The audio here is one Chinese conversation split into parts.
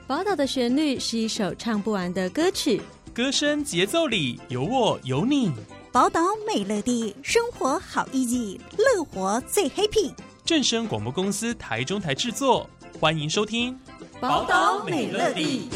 宝岛的旋律是一首唱不完的歌曲， 歌声节奏里有我有你。 宝岛美乐地，生活好意义，乐活最 happy。 正声广播公司台中台制作，欢迎收听宝岛美乐地。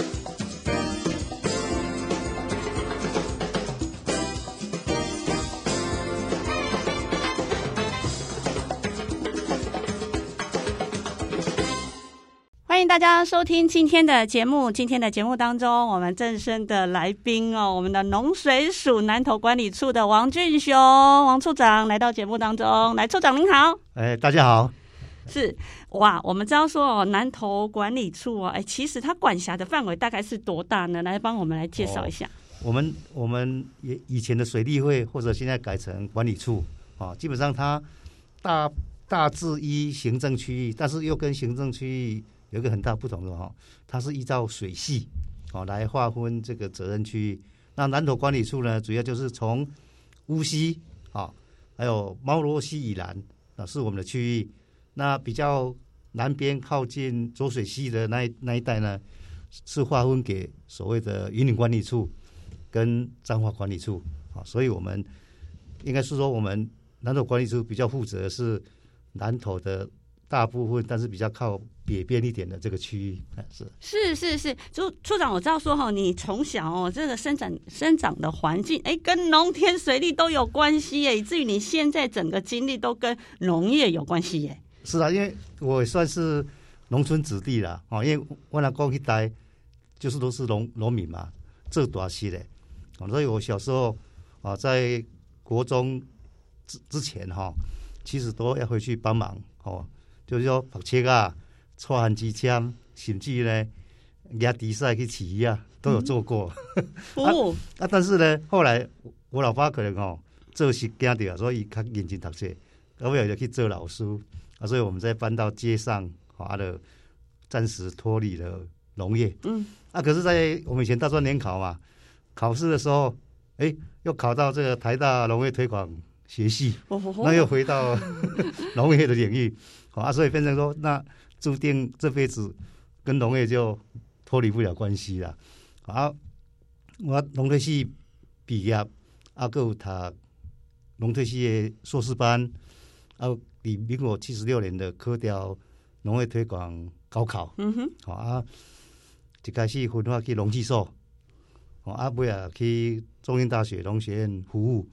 欢迎大家收听今天的节目。今天的节目当中，我们正声的来宾我们的农水署南投管理处的王俊雄王处长来到节目当中。来，处长您好。 大家好。 是哇，我们知道说南投管理处其实它管辖的范围大概是多大呢？来帮我们来介绍一下。 我们也以前的水利会或者现在改成管理处基本上它大致依行政区域，但是又跟行政区域有一个很大不同的它是依照水系来划分这个责任区域。那南投管理处呢，主要就是从乌溪还有猫罗溪以南是我们的区域。那比较南边靠近浊水溪的那一带呢，是划分给所谓的云林管理处跟彰化管理处所以我们应该是说，我们南投管理处比较负责是南投的大部分，但是比较靠北边一点的这个区域。 是，处长，我知道说你从小这个生长的环境跟农田水利都有关系以至于你现在整个经历都跟农业有关系耶。 是啊，因为我也算是农村子弟啦因为我阿公那代就是都是农民嘛，做大事的所以我小时候在国中之前其实都要回去帮忙就是说绑车啊、拖焊机枪，甚至呢压地赛去起都有做过但是呢，后来我老爸可能做事惊到，所以他较认真读书，后来就去做老师所以我们再搬到街上暂时脱离了农业。可是在我们以前大专联考嘛，考试的时候又考到这个台大农业推广学系那又回到农业的领域所以变成说，那注定这辈子跟农业就脱离不了关系了我农推系毕业还有读农推系的硕士班民国76年的科调农业推广高考一开始分发去农技所尾去中英大学农学院服务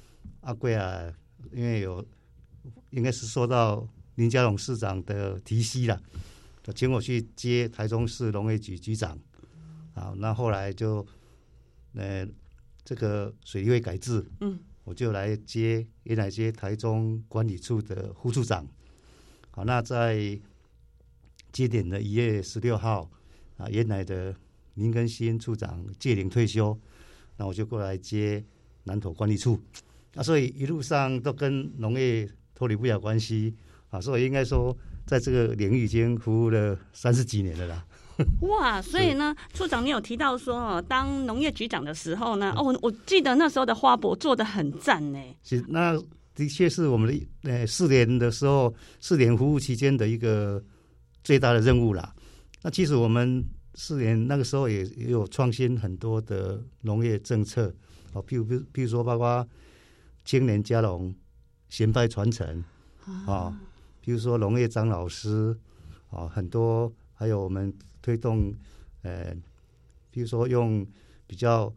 因为应该是受到林佳龙市长的提携啦，就请我去接台中市农业局局长那后来就这个水利会改制我就原来接台中管理处的副处长那在今年的1月16号原来的林根新处长届龄退休，那我就过来接南投管理处所以一路上都跟农业脱离不了关系所以应该说在这个领域已经服务了30几年了啦。 哇，所以呢，处长你有提到说当农业局长的时候呢我记得那时候的花博做得很赞呢。 是，那的确是我们的4年的时候，4年服务期间的一个最大的任务啦。那其实我们4年那个时候也有创新很多的农业政策譬如说包括青年加农衔派传承譬如说农业张老师很多，还有我们推动譬如说用比较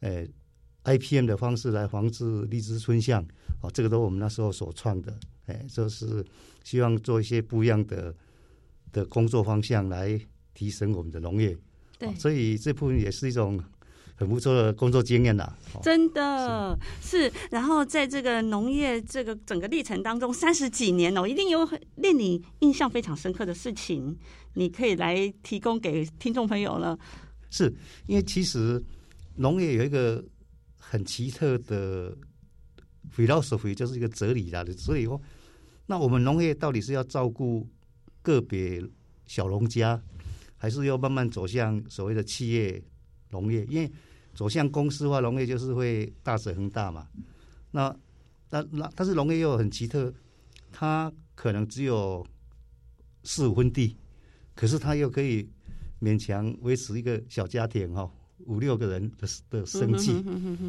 IPM 的方式来防治荔枝春象这个都我们那时候所创的就是希望做一些不一样的工作方向来提升我们的农业。对，所以这部分也是一种很不错的工作经验啦。 真的是。然后在这个农业这个整个历程当中30几年一定有令你印象非常深刻的事情，你可以来提供给听众朋友了。 是因为其实农业有一个很奇特的 philosophy， 就是一个哲理啦。所以那我们农业到底是要照顾个别小农家，还是要慢慢走向所谓的企业农业？因为走向公司化农业就是会大者恒大嘛。但是农业又很奇特，它可能只有4-5分地，可是它又可以勉强维持一个小家庭5-6个人的生计，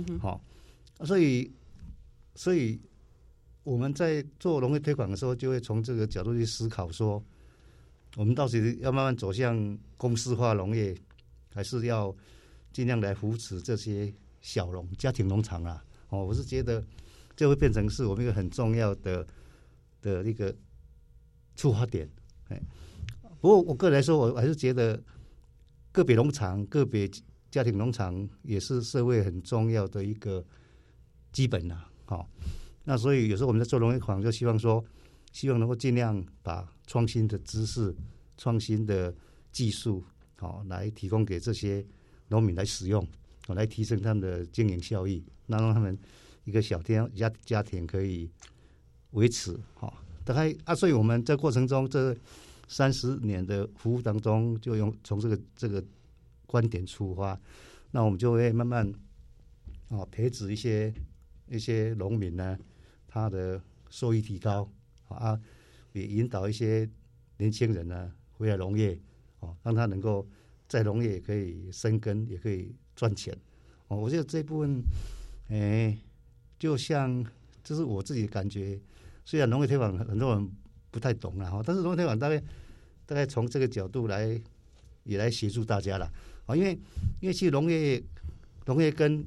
所以我们在做农业推广的时候，就会从这个角度去思考说，我们到底要慢慢走向公司化农业，还是要尽量来扶持这些小农、家庭农场啊？我是觉得这会变成是我们一个很重要的一个出发点。不过我个人来说，我还是觉得个别农场、个别家庭农场也是社会很重要的一个基本啊。那所以有时候我们在做农业推广，就希望能够尽量把创新的知识、创新的技术，来提供给这些农民来使用，来提升他们的经营效益，让他们一个小家庭可以维持。大概所以我们在过程中这30年的服务当中，就从这个观点出发，那我们就会慢慢培植一些农民呢，他的收益提高也引导一些年轻人呢回来农业让他能够在农业也可以生根，也可以赚钱我觉得这部分就像这是我自己的感觉，虽然农业推广很多人不太懂啦但是农业推广大概从这个角度也来协助大家啦因为其实农业跟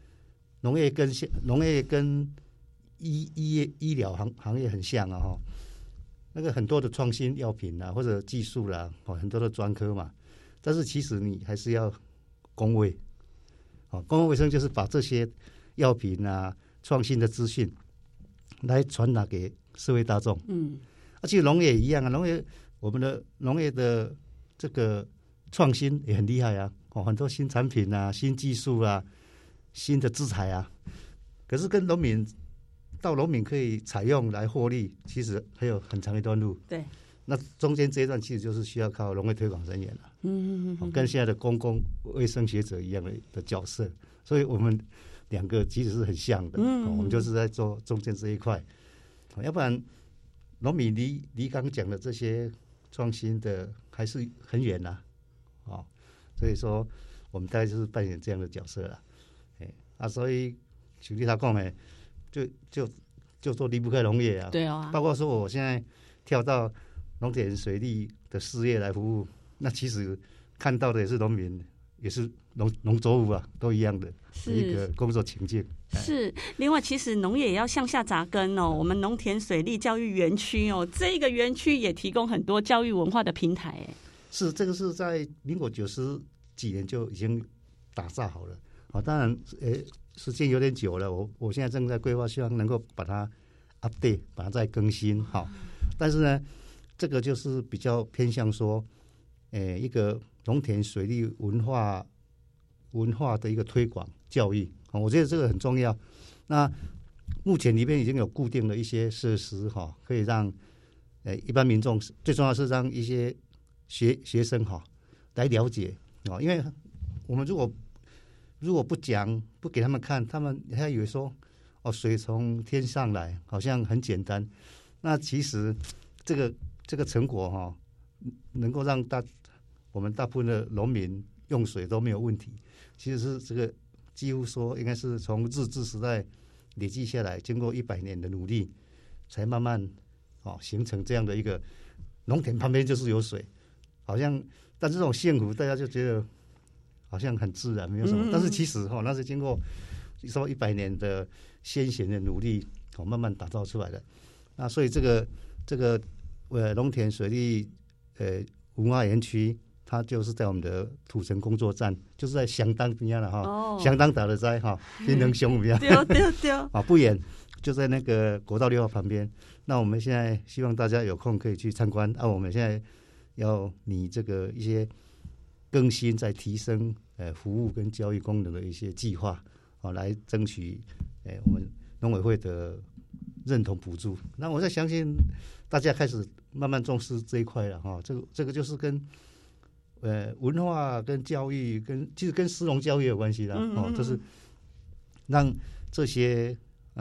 医疗行业很像那个很多的创新药品或者技术啦很多的专科嘛，但是其实你还是要公卫公共卫生就是把这些药品创新的资讯来传达给社会大众。其实农业也一样我们的农业的这个创新也很厉害很多新产品新技术新的资材可是跟农民可以采用来获利，其实还有很长一段路。对，那中间这一段其实就是需要靠农业推广人员了。跟现在的公共卫生学者一样的角色，所以我们两个其实是很像的。我们就是在做中间这一块，要不然农民离刚讲的这些创新的还是很远所以说我们大概就是扮演这样的角色了。所以像你他讲的，就说离不开农业对包括说我现在跳到农田水利的事业来服务，那其实看到的也是农民，也是农作物都一样的一个工作情境。 是，另外其实农业也要向下扎根我们农田水利教育园区这个园区也提供很多教育文化的平台是，这个是在民国90几年就已经打造好了当然时间有点久了，我现在正在规划，希望能够把它 update， 把它再更新但是呢，这个就是比较偏向说一个农田水利文化的一个推广教育我觉得这个很重要。那目前里面已经有固定的一些设施可以让一般民众，最重要是让一些学生来了解因为我们如果不讲不给他们看，他们还以为说水从天上来，好像很简单。那其实这个成果能够让我们大部分的农民用水都没有问题，其实是这个几乎说应该是从日治时代累积下来，经过100年的努力，才慢慢形成这样的一个农田旁边就是有水，好像但是这种幸福大家就觉得好像很自然，没有什么。但是其实那是经过说100年的先贤的努力慢慢打造出来的。那所以这个农田水利文化园区，它就是在我们的土城工作站，就是在相当边了相当打的在新能熊边对不远，就在那个国道6号旁边。那我们现在希望大家有空可以去参观我们现在要拟这个一些更新在提升服务跟教育功能的一些计划来争取我们农委会的认同补助。那我在相信大家开始慢慢重视这一块了这个就是跟文化跟教育其实跟师农教育有关系的就是让这些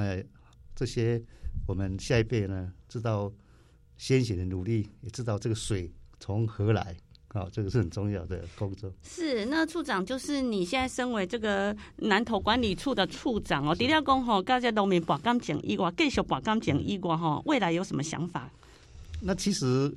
我们下一辈呢知道先贤的努力，也知道这个水从何来这个是很重要的工作。 是，那处长就是你现在身为这个南投管理处的处长哦，除了讲吼，跟这农民拔感情以外，继续拔感情以外哈，未来有什么想法？ 那其实，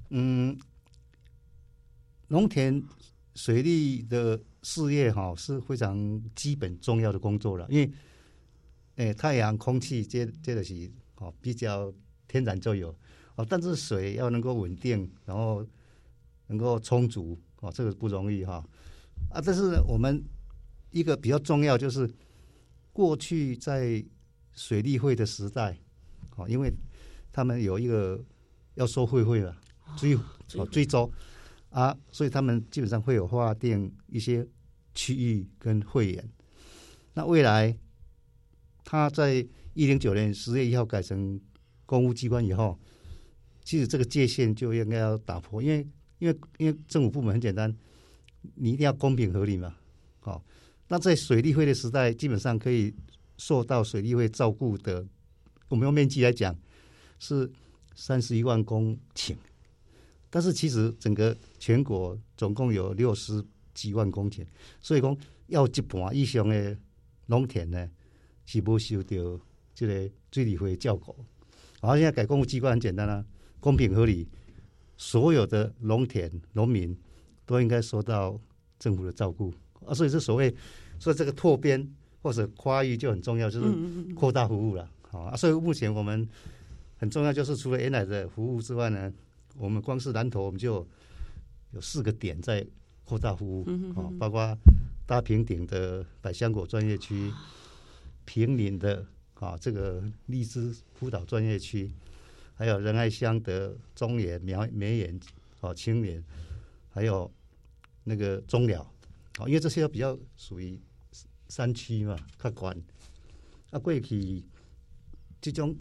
农田水利的事业是非常基本重要的工作了，因为，太阳、空气这就是比较天然就有但是水要能够稳定，然后能够充足这个不容易但是我们一个比较重要就是过去在水利会的时代因为他们有一个要收会费了，追周所以他们基本上会有划定一些区域跟会员。那未来他在109年10月1号改成公务机关以后，其实这个界限就应该要打破，因为政府部门很简单，你一定要公平合理嘛。那在水利会的时代，基本上可以受到水利会照顾的，我们用面积来讲是31万公顷，但是其实整个全国总共有60几万公顷，所以讲要一半以上的农田呢是没受到这个水利会照顾。现在改公务机关很简单啊，公平合理，所有的农田农民都应该受到政府的照顾所以是所以这个拓边或者跨域就很重要，就是扩大服务了所以目前我们很重要就是除了原来的服务之外呢，我们光是南投我们就有4个点在扩大服务包括大平顶的百香果专业区，平林的这个荔枝辅导专业区，还有仁爱乡的中原、梅园青年，还有那个中寮因为这些比较属于山区嘛，较高过去这种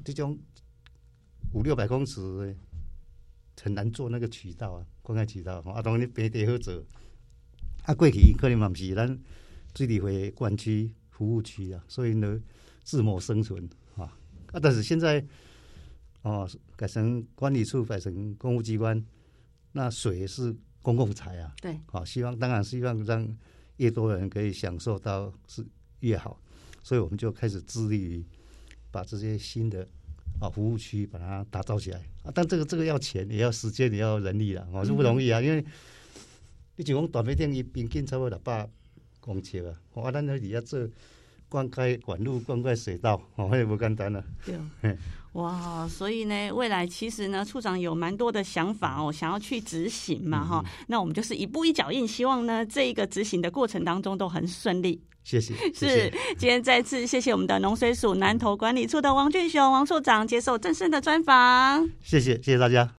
500-600公尺很难做那个渠道灌溉渠道当然你平地好做过去可能嘛不是咱水利会管区服务区所以呢自谋生存但是现在改成管理处，改成公务机关，那水是公共财对当然希望让越多人可以享受到是越好，所以我们就开始致力于把这些新的服务区把它打造起来但这个要钱，也要时间，也要人力啦是不容易因为你就讲大尾顶伊平均差不多600公尺咱在底下做灌溉管路、灌溉水道那也不简单了对哇，所以呢，未来其实呢，处长有蛮多的想法想要去执行嘛那我们就是一步一脚印，希望呢这一个执行的过程当中都很顺利。 谢谢。 今天再次谢谢我们的农水署南投管理处的王俊雄王处长接受正声的专访。 谢谢大家。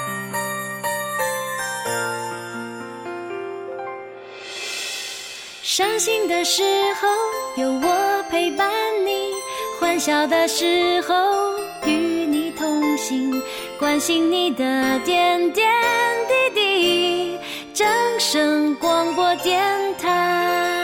伤心的时候有我陪伴你，欢笑的时候与你同行，关心你的点点滴滴。正声广播电台。